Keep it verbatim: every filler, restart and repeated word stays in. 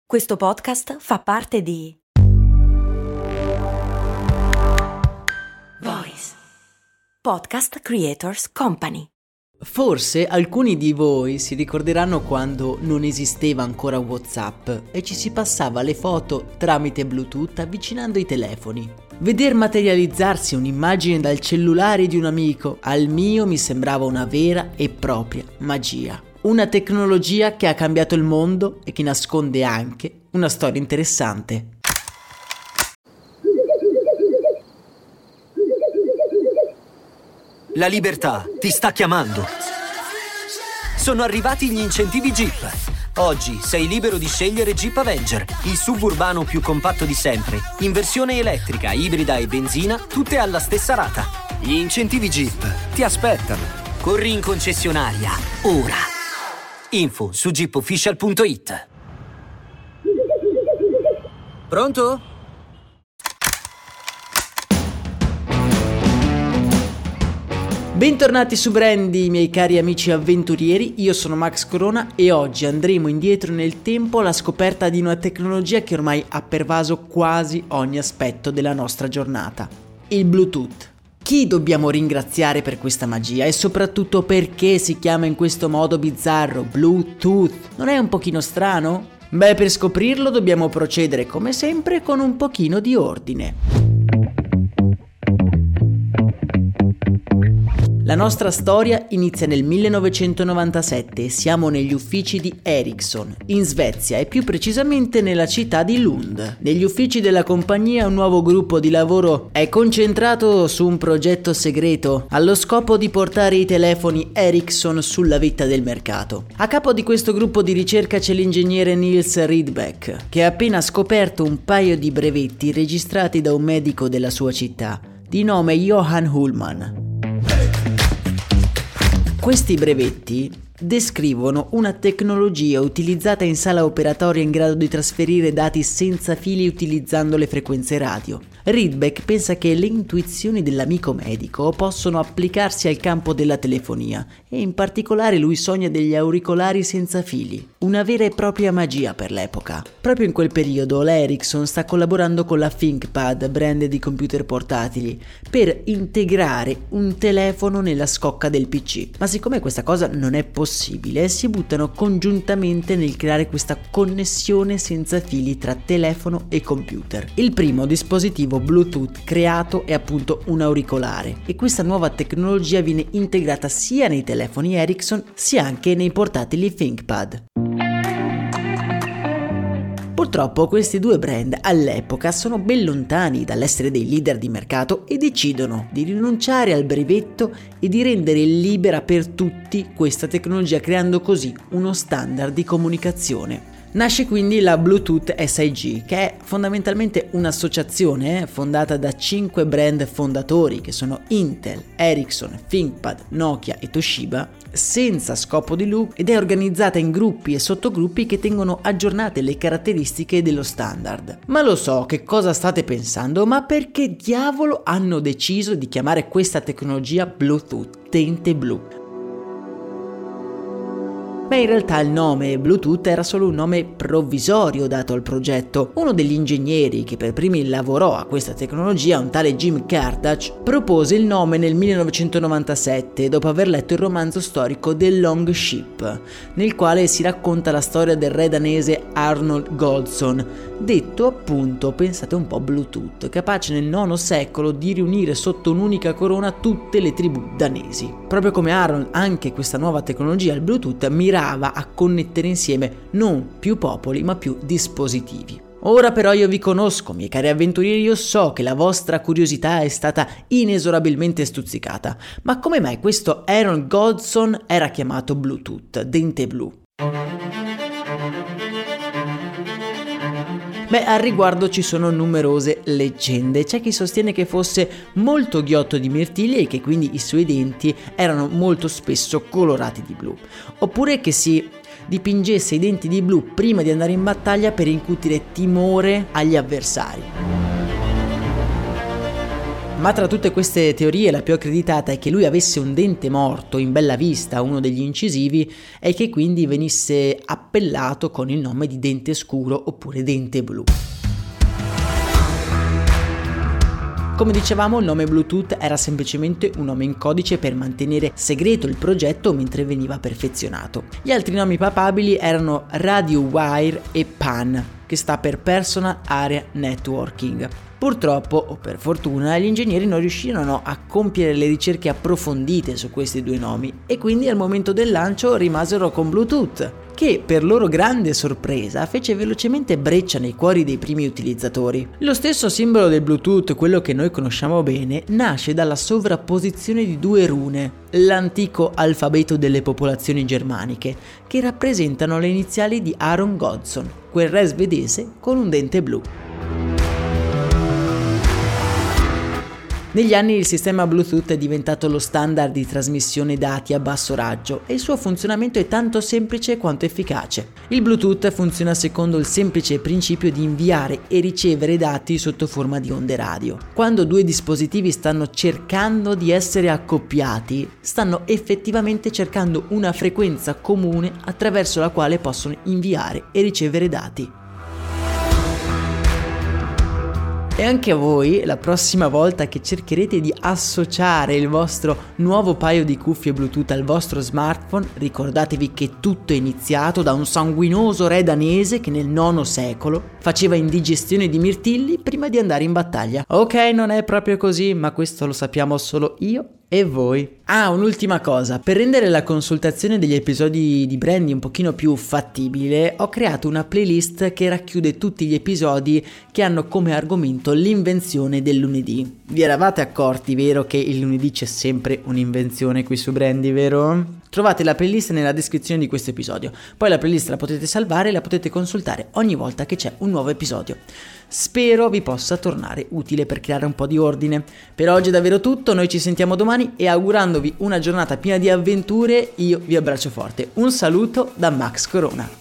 Questo podcast fa parte di Voice Podcast Creators Company. Forse alcuni di voi si ricorderanno quando non esisteva ancora WhatsApp e ci si passava le foto tramite Bluetooth avvicinando i telefoni. Veder materializzarsi un'immagine dal cellulare di un amico al mio mi sembrava una vera e propria magia. Una tecnologia che ha cambiato il mondo e che nasconde anche una storia interessante. La libertà ti sta chiamando. Sono arrivati gli incentivi Jeep. Oggi sei libero di scegliere Jeep Avenger, il suburbano più compatto di sempre, in versione elettrica, ibrida e benzina, tutte alla stessa rata. Gli incentivi Jeep ti aspettano. Corri in concessionaria, ora. Info su jeep official punto it. Pronto? Bentornati su Brandy, miei cari amici avventurieri, io sono Max Corona e oggi andremo indietro nel tempo alla scoperta di una tecnologia che ormai ha pervaso quasi ogni aspetto della nostra giornata, il Bluetooth. Chi dobbiamo ringraziare per questa magia e soprattutto perché si chiama in questo modo bizzarro Bluetooth? Non è un pochino strano? Beh, per scoprirlo dobbiamo procedere come sempre con un pochino di ordine. La nostra storia inizia nel millenovecentonovantasette e siamo negli uffici di Ericsson, in Svezia e più precisamente nella città di Lund. Negli uffici della compagnia un nuovo gruppo di lavoro è concentrato su un progetto segreto allo scopo di portare i telefoni Ericsson sulla vetta del mercato. A capo di questo gruppo di ricerca c'è l'ingegnere Niels Rydbeck, che ha appena scoperto un paio di brevetti registrati da un medico della sua città, di nome Johan Ullman. Questi brevetti descrivono una tecnologia utilizzata in sala operatoria in grado di trasferire dati senza fili utilizzando le frequenze radio. Rydbeck pensa che le intuizioni dell'amico medico possono applicarsi al campo della telefonia e in particolare lui sogna degli auricolari senza fili, una vera e propria magia per l'epoca. Proprio in quel periodo la Ericsson sta collaborando con la ThinkPad, brand di computer portatili, per integrare un telefono nella scocca del P C. Ma siccome questa cosa non è possibile, si buttano congiuntamente nel creare questa connessione senza fili tra telefono e computer. Il primo dispositivo Bluetooth creato è appunto un auricolare e questa nuova tecnologia viene integrata sia nei telefoni Ericsson sia anche nei portatili ThinkPad. Purtroppo questi due brand all'epoca sono ben lontani dall'essere dei leader di mercato e decidono di rinunciare al brevetto e di rendere libera per tutti questa tecnologia, creando così uno standard di comunicazione. Nasce quindi la Bluetooth S I G, che è fondamentalmente un'associazione fondata da cinque brand fondatori che sono Intel, Ericsson, ThinkPad, Nokia e Toshiba, senza scopo di lucro, ed è organizzata in gruppi e sottogruppi che tengono aggiornate le caratteristiche dello standard. Ma lo so che cosa state pensando, ma perché diavolo hanno deciso di chiamare questa tecnologia Bluetooth, dente blu? Beh, in realtà il nome Bluetooth era solo un nome provvisorio dato al progetto. Uno degli ingegneri che per primi lavorò a questa tecnologia, un tale Jim Kardach, propose il nome nel millenovecentonovantasette dopo aver letto il romanzo storico The Long Ship, nel quale si racconta la storia del re danese Arnold Goldson, detto appunto, pensate un po', Bluetooth, capace nel nono secolo di riunire sotto un'unica corona tutte le tribù danesi. Proprio come Arnold, anche questa nuova tecnologia, il Bluetooth, mirava a connettere insieme non più popoli ma più dispositivi. Ora però io vi conosco, miei cari avventurieri, io so che la vostra curiosità è stata inesorabilmente stuzzicata, ma come mai questo Aaron Goldson era chiamato Bluetooth, dente blu? Beh, al riguardo ci sono numerose leggende. C'è chi sostiene che fosse molto ghiotto di mirtilli e che quindi i suoi denti erano molto spesso colorati di blu, oppure che si dipingesse i denti di blu prima di andare in battaglia per incutire timore agli avversari. Ma tra tutte queste teorie la più accreditata è che lui avesse un dente morto in bella vista, uno degli incisivi, e che quindi venisse appellato con il nome di dente scuro oppure dente blu. Come dicevamo, il nome Bluetooth era semplicemente un nome in codice per mantenere segreto il progetto mentre veniva perfezionato. Gli altri nomi papabili erano Radio Wire e P A N, che sta per Personal Area Networking. Purtroppo, o per fortuna, gli ingegneri non riuscirono a compiere le ricerche approfondite su questi due nomi e quindi al momento del lancio rimasero con Bluetooth, che per loro grande sorpresa fece velocemente breccia nei cuori dei primi utilizzatori. Lo stesso simbolo del Bluetooth, quello che noi conosciamo bene, nasce dalla sovrapposizione di due rune, l'antico alfabeto delle popolazioni germaniche, che rappresentano le iniziali di Aaron Godson, quel re svedese con un dente blu. Negli anni il sistema Bluetooth è diventato lo standard di trasmissione dati a basso raggio e il suo funzionamento è tanto semplice quanto efficace. Il Bluetooth funziona secondo il semplice principio di inviare e ricevere dati sotto forma di onde radio. Quando due dispositivi stanno cercando di essere accoppiati, stanno effettivamente cercando una frequenza comune attraverso la quale possono inviare e ricevere dati. E anche a voi, la prossima volta che cercherete di associare il vostro nuovo paio di cuffie Bluetooth al vostro smartphone, ricordatevi che tutto è iniziato da un sanguinoso re danese che nel nono secolo faceva indigestione di mirtilli prima di andare in battaglia. Ok, non è proprio così, ma questo lo sappiamo solo io e voi. Ah, un'ultima cosa, per rendere la consultazione degli episodi di Brandy un pochino più fattibile, ho creato una playlist che racchiude tutti gli episodi che hanno come argomento l'invenzione del lunedì. Vi eravate accorti, vero, che il lunedì c'è sempre un'invenzione qui su Brandy, vero? Trovate la playlist nella descrizione di questo episodio. Poi la playlist la potete salvare e la potete consultare ogni volta che c'è un nuovo episodio. Spero vi possa tornare utile per creare un po' di ordine. Per oggi è davvero tutto, noi ci sentiamo domani e augurandovi una giornata piena di avventure, io vi abbraccio forte. Un saluto da Max Corona.